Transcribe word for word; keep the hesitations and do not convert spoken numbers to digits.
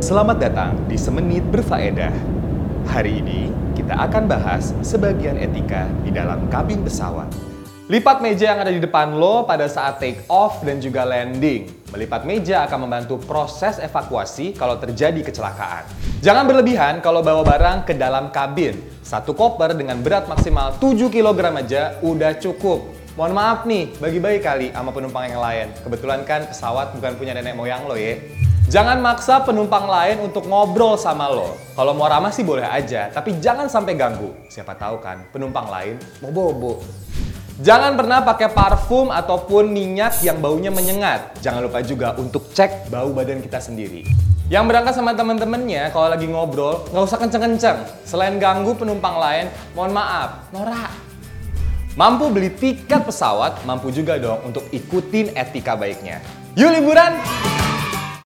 Selamat datang di Semenit Berfaedah. Hari ini kita akan bahas sebagian etika di dalam kabin pesawat. Lipat meja yang ada di depan lo pada saat take off dan juga landing. Melipat meja akan membantu proses evakuasi kalau terjadi kecelakaan. Jangan berlebihan kalau bawa barang ke dalam kabin. Satu koper dengan berat maksimal tujuh kilogram aja udah cukup. Mohon maaf nih, bagi-bagi kali sama penumpang yang lain. Kebetulan kan pesawat bukan punya nenek moyang lo ya. Jangan maksa penumpang lain untuk ngobrol sama lo. Kalau mau ramah sih boleh aja, tapi jangan sampai ganggu. Siapa tahu kan penumpang lain mau bobo. Jangan pernah pakai parfum ataupun minyak yang baunya menyengat. Jangan lupa juga untuk cek bau badan kita sendiri. Yang berangkat sama temen-temennya kalau lagi ngobrol, nggak usah kenceng-kenceng. Selain ganggu penumpang lain, mohon maaf, norak. Mampu beli tiket pesawat, mampu juga dong untuk ikutin etika baiknya. Yuk liburan!